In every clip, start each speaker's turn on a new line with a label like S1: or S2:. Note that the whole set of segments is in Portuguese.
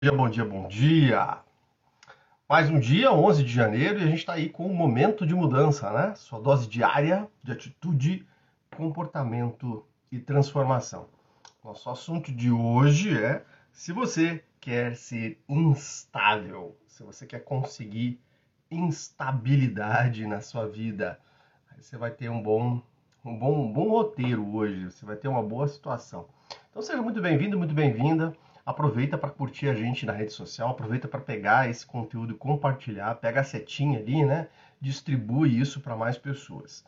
S1: Bom dia, bom dia. Mais um dia, 11 de janeiro, e a gente está aí com um momento de mudança, né? Sua dose diária de atitude, comportamento e transformação. Nosso assunto de hoje é se você quer ser instável, se você quer conseguir instabilidade na sua vida, aí você vai ter um bom roteiro hoje, você vai ter uma boa situação. Então seja muito bem-vindo, muito bem-vinda. Aproveita para curtir a gente na rede social, aproveita para pegar esse conteúdo e compartilhar, pega a setinha ali, né? Distribui isso para mais pessoas.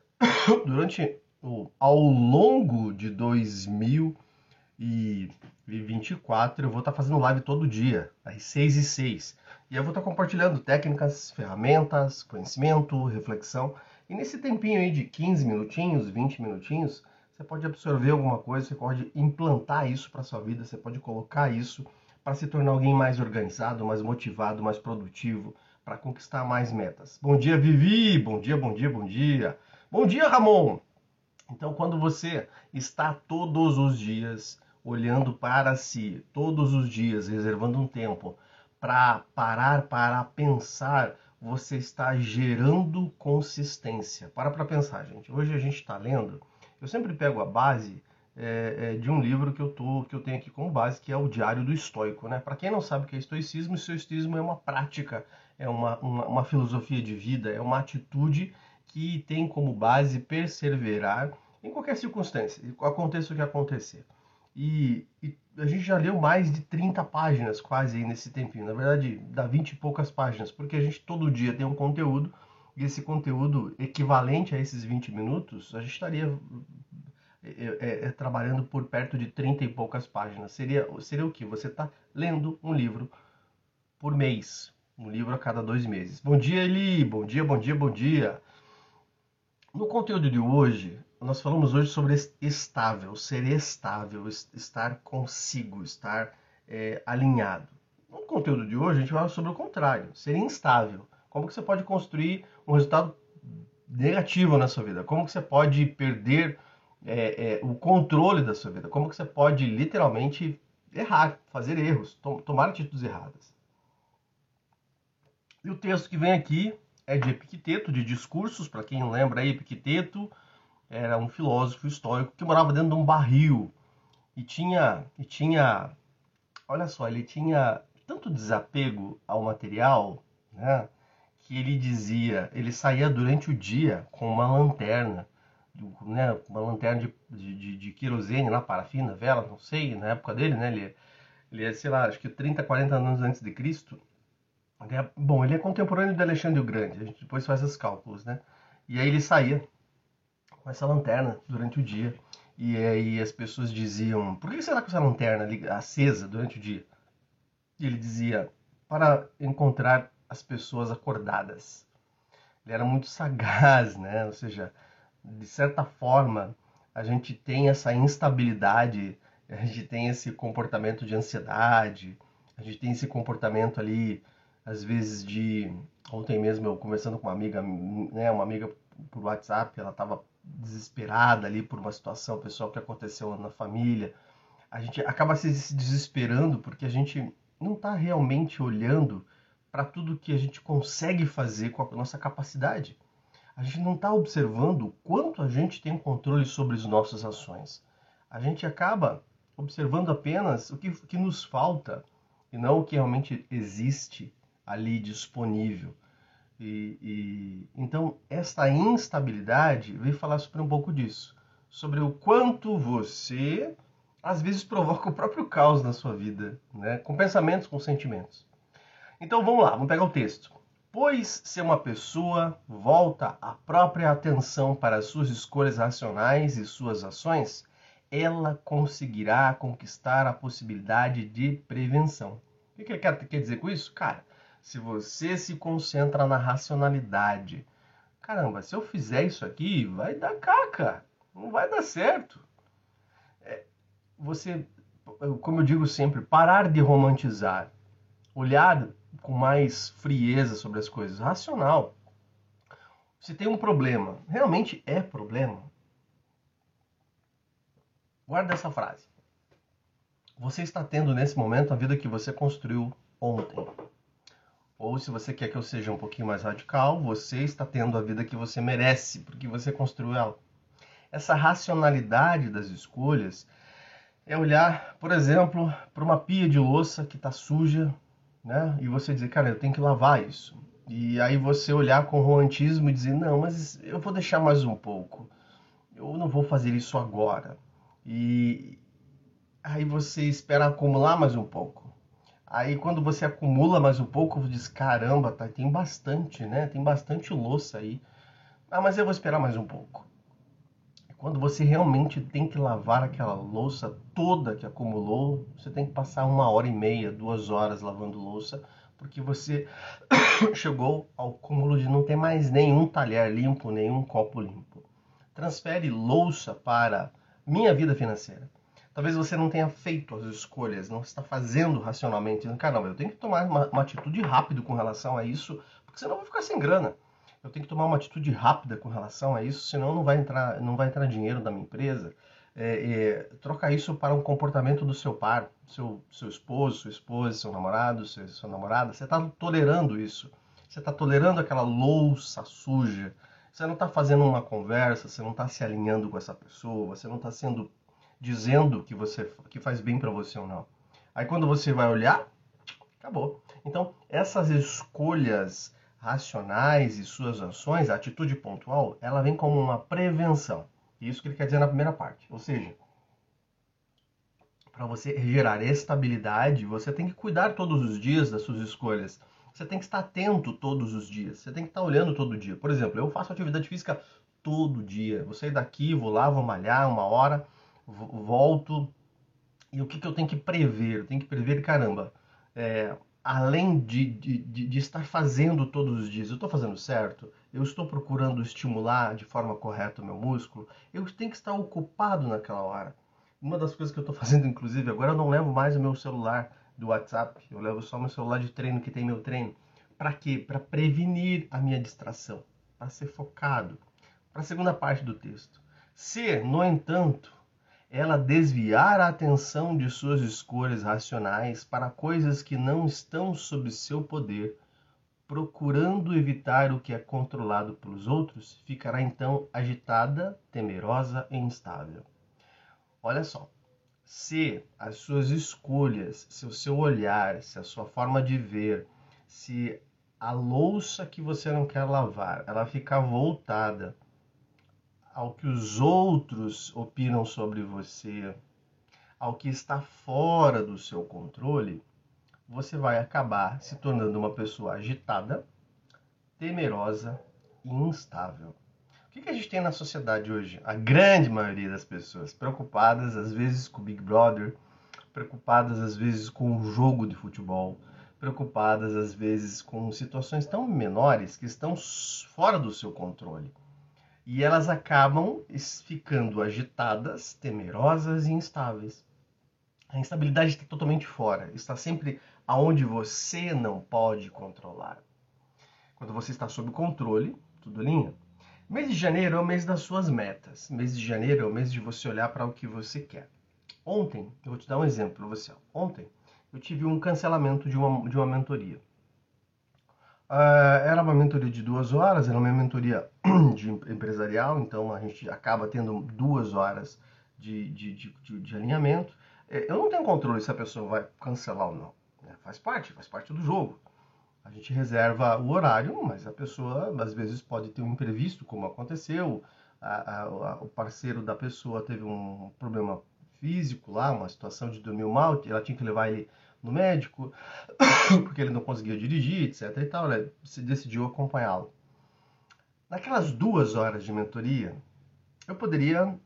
S1: Ao longo de 2024, eu vou estar fazendo live todo dia, às 6h06. E eu vou estar compartilhando técnicas, ferramentas, conhecimento, reflexão. E nesse tempinho aí de 15 minutinhos, 20 minutinhos, você pode absorver alguma coisa, você pode implantar isso para sua vida, você pode colocar isso para se tornar alguém mais organizado, mais motivado, mais produtivo, para conquistar mais metas. Bom dia, Vivi! Bom dia, bom dia, bom dia! Bom dia, Ramon! Então, quando você está todos os dias olhando para si, todos os dias reservando um tempo para parar, para pensar, você está gerando consistência. Para pensar, gente. Hoje a gente está lendo. Eu sempre pego a base de um livro que eu tenho aqui como base, que é o Diário do Estoico, né? Para quem não sabe o que é estoicismo, o estoicismo é uma prática, é uma filosofia de vida, é uma atitude que tem como base perseverar em qualquer circunstância, aconteça o que acontecer. E a gente já leu mais de 30 páginas quase aí nesse tempinho. Na verdade, dá 20 e poucas páginas, porque a gente todo dia tem um conteúdo, e esse conteúdo equivalente a esses 20 minutos, a gente estaria trabalhando por perto de 30 e poucas páginas. Seria o que? Você está lendo um livro por mês, um livro a cada 2 meses. Bom dia, Eli! Bom dia, bom dia, bom dia! No conteúdo de hoje, nós falamos hoje sobre ser estável, estar consigo, estar alinhado. No conteúdo de hoje, a gente vai falar sobre o contrário, ser instável. Como que você pode construir um resultado negativo na sua vida? Como que você pode perder o controle da sua vida? Como que você pode literalmente errar, fazer erros, tomar atitudes erradas? E o texto que vem aqui é de Epicteto, de Discursos, para quem não lembra aí, Epicteto era um filósofo histórico que morava dentro de um barril e tinha, olha só, ele tinha tanto desapego ao material, né, que ele dizia, ele saía durante o dia com uma lanterna, né, uma lanterna de querosene, lá, parafina, vela, não sei, na época dele, né, ele é, sei lá, acho que 30, 40 anos antes de Cristo. Bom, ele é contemporâneo de Alexandre o Grande, a gente depois faz esses cálculos, né? E aí ele saía com essa lanterna durante o dia. E aí as pessoas diziam: por que você está com essa lanterna acesa durante o dia? E ele dizia: para encontrar as pessoas acordadas. Ele era muito sagaz, né? Ou seja, de certa forma, a gente tem essa instabilidade, a gente tem esse comportamento de ansiedade, a gente tem esse comportamento ali, às vezes de. Ontem mesmo eu conversando com uma amiga, né, uma amiga por WhatsApp, ela estava desesperada ali por uma situação pessoal que aconteceu na família. A gente acaba se desesperando porque a gente não está realmente olhando para tudo que a gente consegue fazer com a nossa capacidade. A gente não está observando o quanto a gente tem controle sobre as nossas ações. A gente acaba observando apenas o que nos falta e não o que realmente existe ali disponível. Então, essa instabilidade veio falar sobre um pouco disso, sobre o quanto você às vezes provoca o próprio caos na sua vida, né? Com pensamentos, com sentimentos. Então vamos lá, vamos pegar o texto. Pois se uma pessoa volta a própria atenção para as suas escolhas racionais e suas ações, ela conseguirá conquistar a possibilidade de prevenção. O que ele quer dizer com isso? Cara, se você se concentra na racionalidade, caramba, se eu fizer isso aqui, vai dar caca, não vai dar certo. Você, como eu digo sempre, parar de romantizar, olhar com mais frieza sobre as coisas, racional. Se tem um problema, realmente é problema? Guarda essa frase. você está tendo nesse momento a vida que você construiu ontem. Ou se você quer que eu seja um pouquinho mais radical, você está tendo a vida que você merece, porque você construiu ela. Essa racionalidade das escolhas é olhar, por exemplo, para uma pia de louça que está suja, né? E você dizer, cara, eu tenho que lavar isso. E aí você olhar com romantismo e dizer, não, mas eu vou deixar mais um pouco. Eu não vou fazer isso agora. E aí você espera acumular mais um pouco. Aí quando você acumula mais um pouco, você diz, caramba, tá, tem bastante, né? Tem bastante louça aí. Ah, mas eu vou esperar mais um pouco. Quando você realmente tem que lavar aquela louça toda que acumulou, você tem que passar 1h30, 2 horas lavando louça, porque você chegou ao cúmulo de não ter mais nenhum talher limpo, nenhum copo limpo. Transfere louça para minha vida financeira. Talvez você não tenha feito as escolhas, não está fazendo racionalmente, dizendo, caramba, eu tenho que tomar uma atitude rápida com relação a isso, porque senão eu vou ficar sem grana. Eu tenho que tomar uma atitude rápida com relação a isso, senão não vai entrar dinheiro da minha empresa. Troca isso para um comportamento do seu par, seu esposo, sua esposa, seu namorado, sua namorada. Você está tolerando isso. Você está tolerando aquela louça suja. Você não está fazendo uma conversa, você não está se alinhando com essa pessoa, você não está dizendo que faz bem para você ou não. Aí quando você vai olhar, acabou. Então, essas escolhas racionais e suas ações, a atitude pontual, ela vem como uma prevenção. Isso que ele quer dizer na primeira parte. Ou seja, para você gerar estabilidade, você tem que cuidar todos os dias das suas escolhas. Você tem que estar atento todos os dias. Você tem que estar olhando todo dia. Por exemplo, eu faço atividade física todo dia. Vou sair daqui, vou lá, vou malhar 1 hora, volto. E o que eu tenho que prever? Eu tenho que prever, caramba, além de estar fazendo todos os dias, eu estou fazendo certo? Eu estou procurando estimular de forma correta o meu músculo? Eu tenho que estar ocupado naquela hora. Uma das coisas que eu estou fazendo, inclusive, agora eu não levo mais o meu celular do WhatsApp, eu levo só meu celular de treino que tem meu treino. Para quê? Para prevenir a minha distração, para ser focado. Para a segunda parte do texto. Se, no entanto, ela desviar a atenção de suas escolhas racionais para coisas que não estão sob seu poder, procurando evitar o que é controlado pelos outros, ficará então agitada, temerosa e instável. Olha só, se as suas escolhas, se o seu olhar, se a sua forma de ver, se a louça que você não quer lavar, ela ficar voltada ao que os outros opinam sobre você, ao que está fora do seu controle, você vai acabar se tornando uma pessoa agitada, temerosa e instável. O que a gente tem na sociedade hoje? A grande maioria das pessoas preocupadas, às vezes, com o Big Brother, preocupadas, às vezes, com o jogo de futebol, preocupadas, às vezes, com situações tão menores que estão fora do seu controle. E elas acabam ficando agitadas, temerosas e instáveis. A instabilidade está totalmente fora, está sempre aonde você não pode controlar. Quando você está sob controle, tudo linha. Mês de janeiro é o mês das suas metas. Mês de janeiro é o mês de você olhar para o que você quer. Ontem, eu vou te dar um exemplo para você. Ontem, eu tive um cancelamento de uma mentoria. Era uma mentoria de 2 horas, era uma mentoria de empresarial, então a gente acaba tendo 2 horas de alinhamento. Eu não tenho controle se a pessoa vai cancelar ou não. Né? Faz parte do jogo. A gente reserva o horário, mas a pessoa às vezes pode ter um imprevisto, como aconteceu. O parceiro da pessoa teve um problema físico lá, uma situação de dormir mal, ela tinha que levar ele no médico, porque ele não conseguia dirigir, etc. E tal, ela decidiu acompanhá-lo. Naquelas 2 horas de mentoria, eu poderia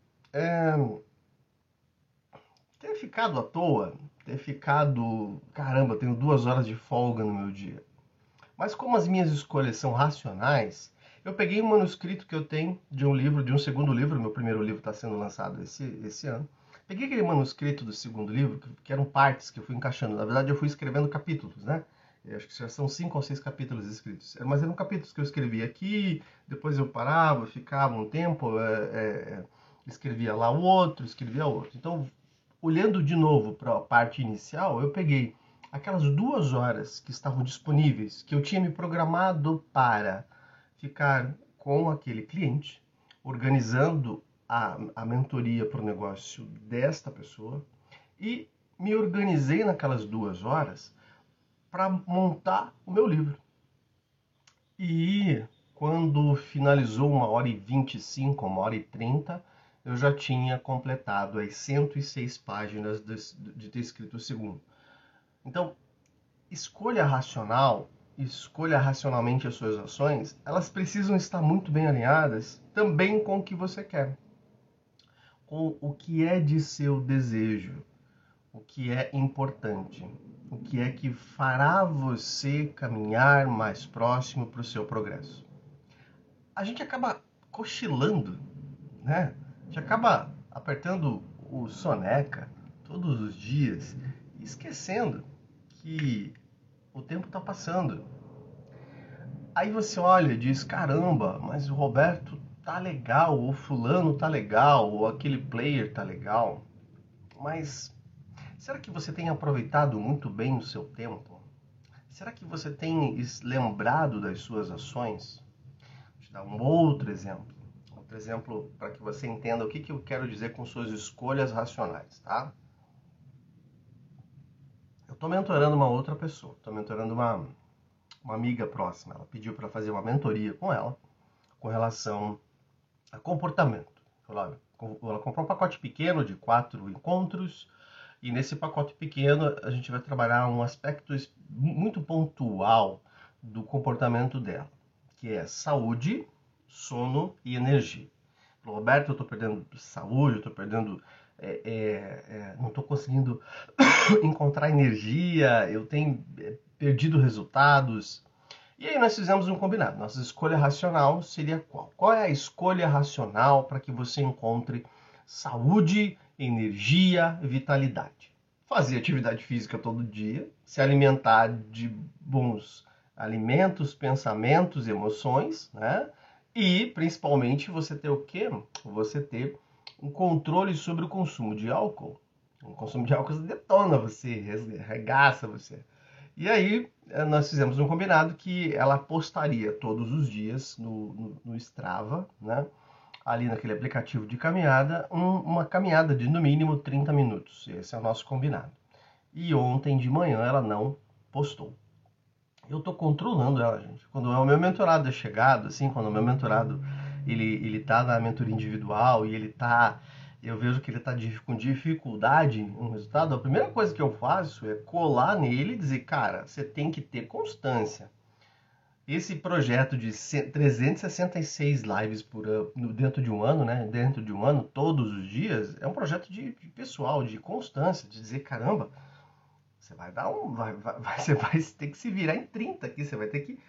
S1: ter ficado à toa, ter ficado, caramba, eu tenho 2 horas de folga no meu dia. Mas como as minhas escolhas são racionais, eu peguei um manuscrito que eu tenho de um livro, de um segundo livro, meu primeiro livro está sendo lançado esse ano. Peguei aquele manuscrito do segundo livro, que eram partes que eu fui encaixando. Na verdade, eu fui escrevendo capítulos, né? Eu acho que já são 5 ou 6 capítulos escritos. Mas eram capítulos que eu escrevia aqui, depois eu parava, ficava um tempo, escrevia lá o outro, escrevia outro. Então, olhando de novo para a parte inicial, eu peguei aquelas 2 horas que estavam disponíveis, que eu tinha me programado para ficar com aquele cliente, organizando a mentoria para o negócio desta pessoa, e me organizei naquelas 2 horas para montar o meu livro. E quando finalizou 1h25, 1h30, eu já tinha completado as 106 páginas de ter escrito o segundo. Então, escolha racional, escolha racionalmente as suas ações, elas precisam estar muito bem alinhadas também com o que você quer, com o que é de seu desejo, o que é importante, o que é que fará você caminhar mais próximo para o seu progresso. A gente acaba cochilando, né? A gente acaba apertando o soneca todos os dias, esquecendo que o tempo está passando. Aí você olha e diz, caramba, mas o Roberto tá legal, ou fulano tá legal, ou aquele player tá legal. Mas será que você tem aproveitado muito bem o seu tempo? Será que você tem lembrado das suas ações? Vou te dar um outro exemplo. Outro exemplo para que você entenda o que eu quero dizer com suas escolhas racionais, tá? Eu estou mentorando uma outra pessoa, estou mentorando uma amiga próxima. Ela pediu para fazer uma mentoria com ela com relação a comportamento. Ela comprou um pacote pequeno de 4 encontros e nesse pacote pequeno a gente vai trabalhar um aspecto muito pontual do comportamento dela, que é saúde, sono e energia. Roberto, eu estou perdendo saúde, eu estou perdendo, não estou conseguindo encontrar energia, eu tenho perdido resultados. E aí nós fizemos um combinado. Nossa escolha racional seria qual? Qual é a escolha racional para que você encontre saúde, energia, vitalidade? Fazer atividade física todo dia, se alimentar de bons alimentos, pensamentos, emoções, né? E principalmente você ter o quê? Você ter um controle sobre o consumo de álcool. O consumo de álcool detona você, regaça você. E aí nós fizemos um combinado que ela postaria todos os dias no Strava, né? Ali naquele aplicativo de caminhada, uma caminhada de no mínimo 30 minutos. Esse é o nosso combinado. E ontem de manhã ela não postou. Eu estou controlando ela, gente. Quando o meu mentorado é chegado, assim, quando o meu mentorado ele tá na mentoria individual e eu vejo que ele está com dificuldade no resultado, a primeira coisa que eu faço é colar nele e dizer, cara, você tem que ter constância. Esse projeto de 366 lives dentro de um ano, né? Dentro de um ano, todos os dias, é um projeto de pessoal, de constância, de dizer, caramba, você vai dar você vai ter que se virar em 30 aqui, você vai ter que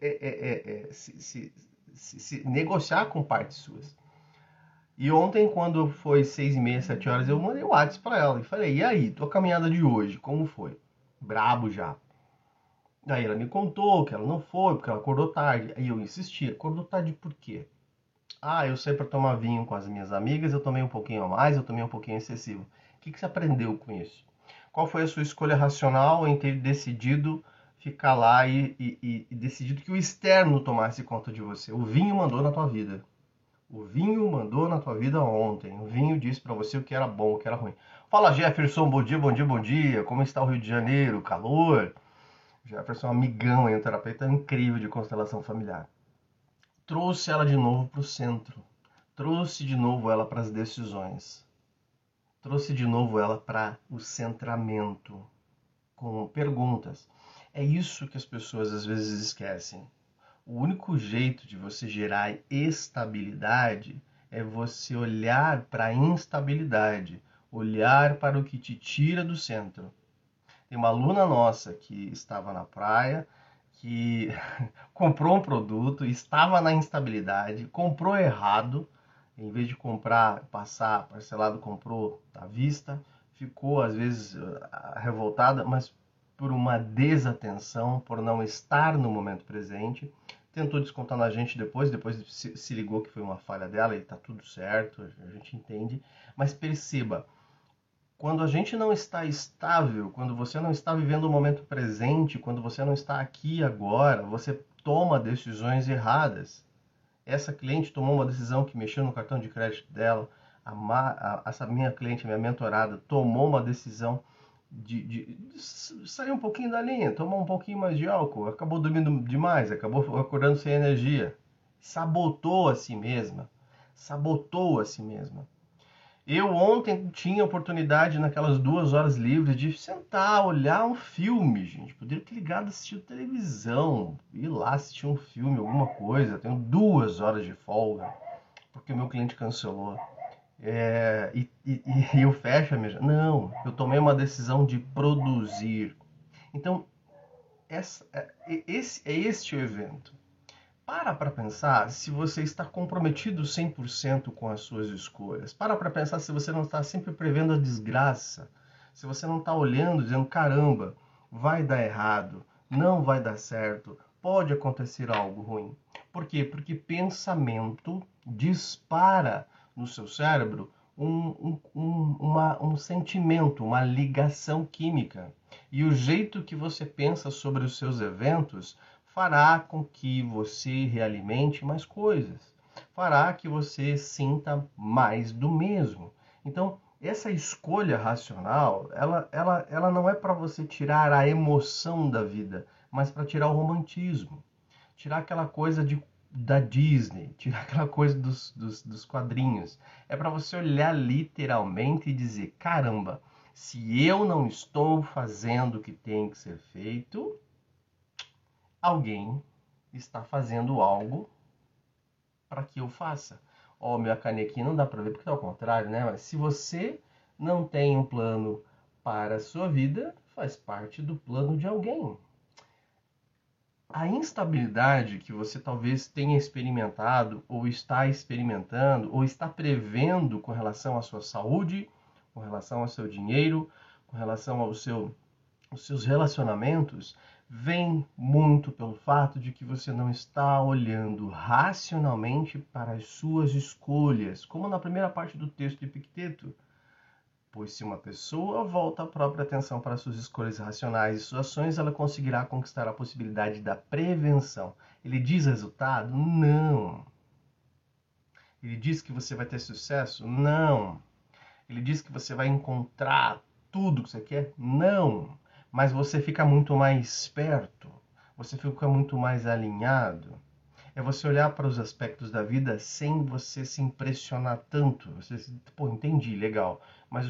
S1: se negociar com partes suas. E ontem, quando foi 6h30, 7 horas, eu mandei o WhatsApp para ela e falei, e aí, tua caminhada de hoje, como foi? Brabo já. Aí ela me contou que ela não foi, porque ela acordou tarde. Aí eu insisti, acordou tarde por quê? Ah, eu saí para tomar vinho com as minhas amigas, eu tomei um pouquinho a mais, eu tomei um pouquinho excessivo. O que você aprendeu com isso? Qual foi a sua escolha racional em ter decidido ficar lá e decidido que o externo tomasse conta de você? O vinho mandou na tua vida. O vinho mandou na tua vida ontem. O vinho disse para você o que era bom, o que era ruim. Fala Jefferson, bom dia, bom dia, bom dia. Como está o Rio de Janeiro? Calor? Jefferson é um amigão, é um terapeuta incrível de constelação familiar. Trouxe ela de novo para o centro. Trouxe de novo ela para as decisões. Trouxe de novo ela para o centramento, com perguntas. É isso que as pessoas às vezes esquecem. O único jeito de você gerar estabilidade é você olhar para a instabilidade, olhar para o que te tira do centro. Tem uma aluna nossa que estava na praia, que comprou um produto, estava na instabilidade, comprou errado, em vez de comprar, passar parcelado, comprou à vista, ficou às vezes revoltada, mas por uma desatenção, por não estar no momento presente, tentou descontar na gente depois se ligou que foi uma falha dela e está tudo certo, a gente entende, mas perceba, Quando a gente não está estável, quando você não está vivendo o momento presente, quando você não está aqui agora, você toma decisões erradas. Essa cliente tomou uma decisão que mexeu no cartão de crédito dela. Essa minha cliente, minha mentorada, tomou uma decisão de sair um pouquinho da linha, tomar um pouquinho mais de álcool, acabou dormindo demais, acabou acordando sem energia. Sabotou a si mesma. Sabotou a si mesma. Eu ontem tinha oportunidade, naquelas 2 horas livres, de sentar, olhar um filme, gente. Poderia ter ligado assistir televisão, ir lá assistir um filme, alguma coisa. Tenho 2 horas de folga, porque o meu cliente cancelou. E eu fecho a minha... Não, eu tomei uma decisão de produzir. Então, esse é este o evento. Para pensar se você está comprometido 100% com as suas escolhas. Para pensar se você não está sempre prevendo a desgraça. Se você não está olhando dizendo, caramba, vai dar errado, não vai dar certo, pode acontecer algo ruim. Por quê? Porque pensamento dispara no seu cérebro um sentimento, uma ligação química. E o jeito que você pensa sobre os seus eventos fará com que você realimente mais coisas, fará que você sinta mais do mesmo. Então, essa escolha racional, ela não é para você tirar a emoção da vida, mas para tirar o romantismo, tirar aquela coisa da Disney, tirar aquela coisa dos quadrinhos. É para você olhar literalmente e dizer, caramba, se eu não estou fazendo o que tem que ser feito, alguém está fazendo algo para que eu faça. Ó, minha canequinha não dá para ver porque está ao contrário, né? Mas se você não tem um plano para a sua vida, faz parte do plano de alguém. A instabilidade que você talvez tenha experimentado, ou está experimentando, ou está prevendo com relação à sua saúde, com relação ao seu dinheiro, com relação aos seus relacionamentos, vem muito pelo fato de que você não está olhando racionalmente para as suas escolhas, como na primeira parte do texto de Epicteto. Pois se uma pessoa volta a própria atenção para suas escolhas racionais e suas ações, ela conseguirá conquistar a possibilidade da prevenção. Ele diz resultado? Não. Ele diz que você vai ter sucesso? Não. Ele diz que você vai encontrar tudo que você quer? Não. Mas você fica muito mais esperto, você fica muito mais alinhado. É você olhar para os aspectos da vida sem você se impressionar tanto. Você, pô, entendi, legal. Mas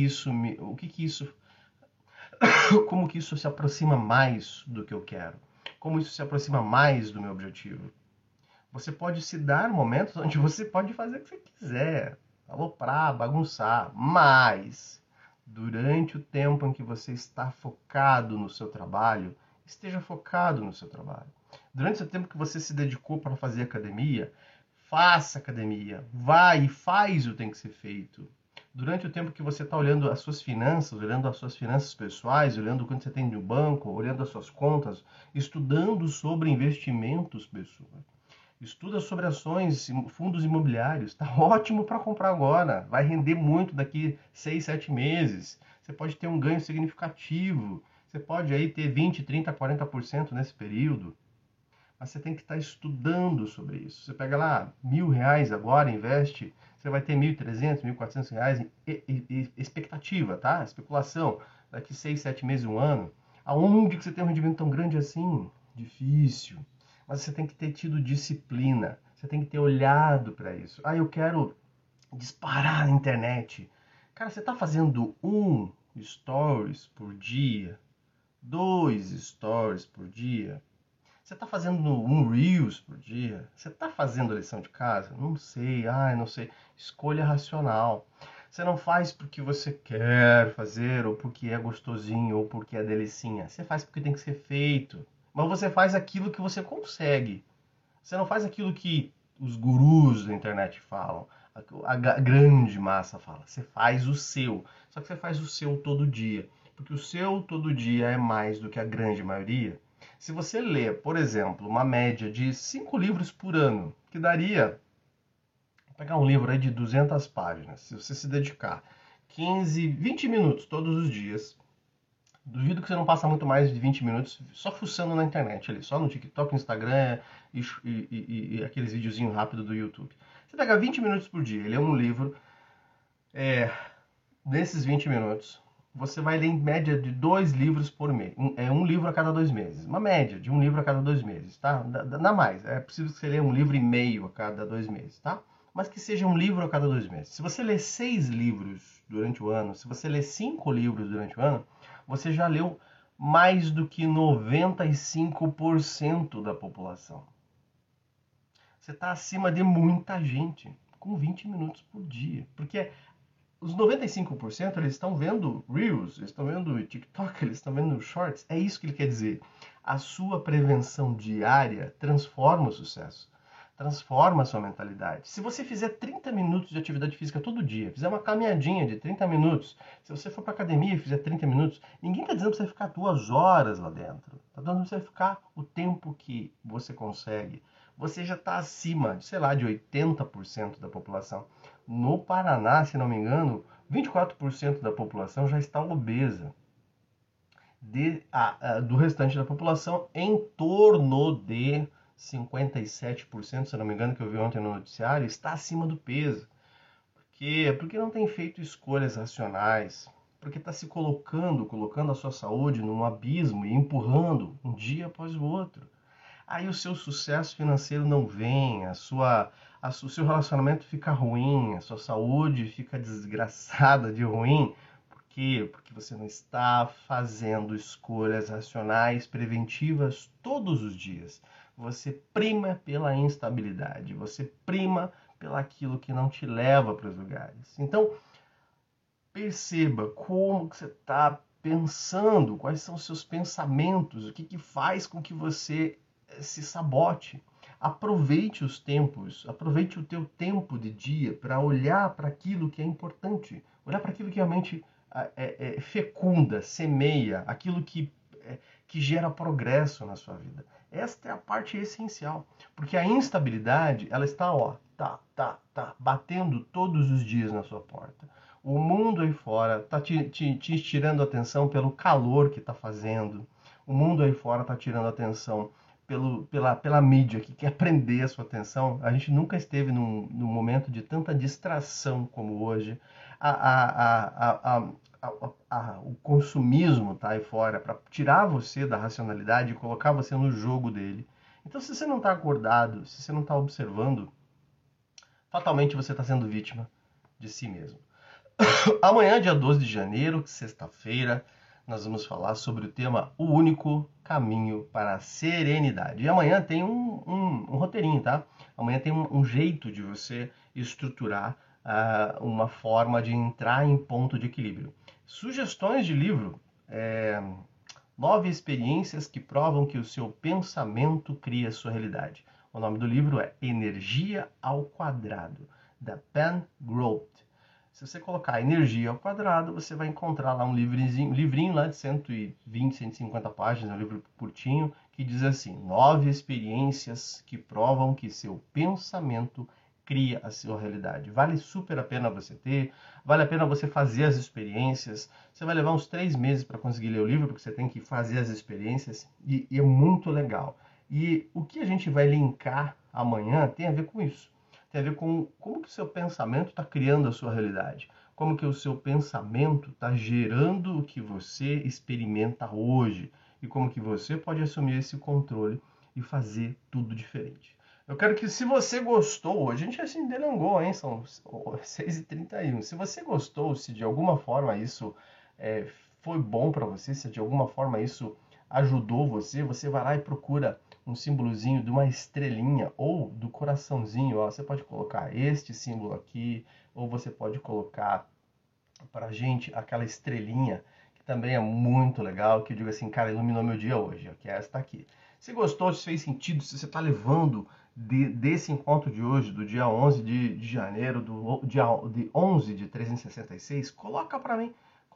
S1: como que isso se aproxima mais do que eu quero? Como isso se aproxima mais do meu objetivo? Você pode se dar momentos onde você pode fazer o que você quiser, aloprar, bagunçar, mas durante o tempo em que você está focado no seu trabalho, esteja focado no seu trabalho. Durante o tempo que você se dedicou para fazer academia, faça academia, vai e faz o que tem que ser feito. Durante o tempo que você está olhando as suas finanças, olhando as suas finanças pessoais, olhando quanto você tem no banco, olhando as suas contas, estudando sobre investimentos, pessoal. Estuda sobre ações, fundos imobiliários. Está ótimo para comprar agora. Vai render muito daqui 6, 7 meses. Você pode ter um ganho significativo. Você pode aí ter 20, 30, 40% nesse período. Mas você tem que estar estudando sobre isso. Você pega lá R$ 1.000 agora, investe, você vai ter R$ 1.300, R$ 1.400 expectativa, tá? Especulação. Daqui 6, 7 meses, um ano. Aonde que você tem um rendimento tão grande assim? Difícil. Mas você tem que ter tido disciplina. Você tem que ter olhado para isso. Ah, eu quero disparar na internet. Cara, você está fazendo 1 stories por dia? 2 stories por dia? Você está fazendo 1 Reels por dia? Você está fazendo a lição de casa? Não sei, não sei. Escolha racional. Você não faz porque você quer fazer, ou porque é gostosinho, ou porque é delicinha. Você faz porque tem que ser feito. Mas você faz aquilo que você consegue. Você não faz aquilo que os gurus da internet falam, a grande massa fala. Você faz o seu. Só que você faz o seu todo dia. Porque o seu todo dia é mais do que a grande maioria. Se você ler, por exemplo, uma média de 5 livros por ano, que daria... Vou pegar um livro aí de 200 páginas, se você se dedicar, 15, 20 minutos todos os dias. Duvido que você não passa muito mais de 20 minutos só fuçando na internet ali, só no TikTok, no Instagram e aqueles videozinhos rápidos do YouTube. Você pega 20 minutos por dia, lê um livro, nesses 20 minutos, você vai ler em média de 2 livros por mês. Um livro a cada 2 meses. Uma média de um livro a cada 2 meses, tá? Dá mais. É possível que você leia um livro e meio a cada 2 meses, tá? Mas que seja um livro a cada 2 meses. Se você ler 6 livros durante o ano, se você ler 5 livros durante o ano, você já leu mais do que 95% da população. Você está acima de muita gente com 20 minutos por dia. Porque os 95% eles estão vendo Reels, eles estão vendo TikTok, eles estão vendo Shorts. É isso que ele quer dizer. A sua prevenção diária transforma o sucesso. Transforma a sua mentalidade. Se você fizer 30 minutos de atividade física todo dia, fizer uma caminhadinha de 30 minutos, se você for para academia e fizer 30 minutos, ninguém está dizendo para você ficar 2 horas lá dentro. Está dizendo para você ficar o tempo que você consegue. Você já está acima, sei lá, de 80% da população. No Paraná, se não me engano, 24% da população já está obesa. Do restante da população, em torno de 57%, se não me engano, que eu vi ontem no noticiário, está acima do peso. Por quê? Porque não tem feito escolhas racionais, porque está se colocando a sua saúde num abismo e empurrando um dia após o outro. Aí o seu sucesso financeiro não vem, o seu relacionamento fica ruim, a sua saúde fica desgraçada de ruim. Por quê? Porque você não está fazendo escolhas racionais, preventivas todos os dias. Você prima pela instabilidade, você prima pelaquilo que não te leva para os lugares. Então, perceba como que você está pensando, quais são os seus pensamentos, o que faz com que você se sabote. Aproveite os tempos, aproveite o teu tempo de dia para olhar para aquilo que é importante, olhar para aquilo que realmente fecunda, semeia, aquilo que gera progresso na sua vida. Esta é a parte essencial, porque a instabilidade, ela está, batendo todos os dias na sua porta. O mundo aí fora está te tirando a atenção pelo calor que está fazendo. O mundo aí fora está tirando a atenção pela mídia que quer prender a sua atenção. A gente nunca esteve num momento de tanta distração como hoje. O consumismo tá aí fora para tirar você da racionalidade e colocar você no jogo dele. Então, se você não está acordado, se você não está observando, fatalmente você está sendo vítima de si mesmo. Amanhã, dia 12 de janeiro, sexta-feira, nós vamos falar sobre o tema O Único Caminho para a Serenidade. E amanhã tem um roteirinho, tá? Amanhã tem um jeito de você estruturar uma forma de entrar em ponto de equilíbrio. Sugestões de livro: 9 experiências que provam que o seu pensamento cria a sua realidade. O nome do livro é Energia ao Quadrado, da Penn Growth. Se você colocar energia ao quadrado, você vai encontrar lá um livrinho lá de 120, 150 páginas, um livro curtinho, que diz assim: 9 experiências que provam que seu pensamento cria a sua realidade. Vale super a pena você ter, vale a pena você fazer as experiências. Você vai levar uns 3 meses para conseguir ler o livro, porque você tem que fazer as experiências, e é muito legal. E o que a gente vai linkar amanhã tem a ver com isso. Tem a ver com como que o seu pensamento está criando a sua realidade. Como que o seu pensamento está gerando o que você experimenta hoje. E como que você pode assumir esse controle e fazer tudo diferente. Eu quero que, se você gostou, a gente assim delongou, hein? São 6h31. Se você gostou, se de alguma forma isso foi bom para você, se de alguma forma isso ajudou você, você vai lá e procura um símbolozinho de uma estrelinha ou do coraçãozinho. Ó. Você pode colocar este símbolo aqui, ou você pode colocar pra gente aquela estrelinha, que também é muito legal, que eu digo assim, cara, iluminou meu dia hoje, ó, que é esta aqui. Se gostou, se fez sentido, se você está levando desse encontro de hoje, do dia 11 de janeiro, do dia 11 de 366, coloca para mim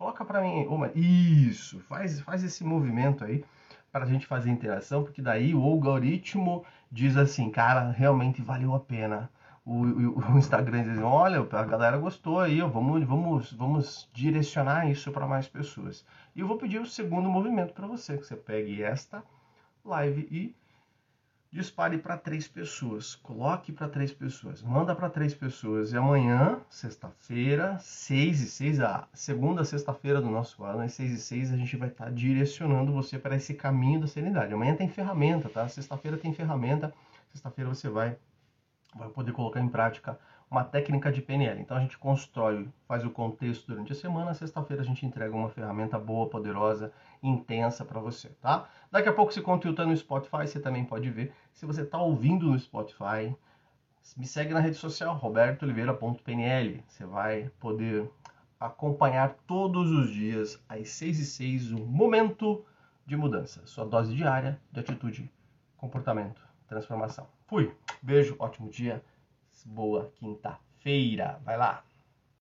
S1: isso, faz esse movimento aí para a gente fazer interação, porque daí o algoritmo diz assim, cara, realmente valeu a pena o Instagram dizendo, olha, a galera gostou aí, ó, vamos direcionar isso para mais pessoas. E eu vou pedir o segundo movimento para você, que você pegue esta live e dispare para 3 pessoas, coloque para 3 pessoas, manda para 3 pessoas. E amanhã, sexta-feira, 6 e 6, a segunda sexta-feira do nosso ano, às 6 e 6, a gente vai estar direcionando você para esse caminho da serenidade. Amanhã tem ferramenta, tá? Sexta-feira tem ferramenta, sexta-feira você vai poder colocar em prática uma técnica de PNL. Então a gente constrói, faz o contexto durante a semana, sexta-feira a gente entrega uma ferramenta boa, poderosa, intensa para você, tá? Daqui a pouco esse conteúdo está no Spotify, você também pode ver. Se você está ouvindo no Spotify, me segue na rede social, robertooliveira.pnl. Você vai poder acompanhar todos os dias, às 6 e 6, um momento de mudança. Sua dose diária de atitude, comportamento, transformação. Fui! Beijo, ótimo dia, boa quinta-feira. Vai lá!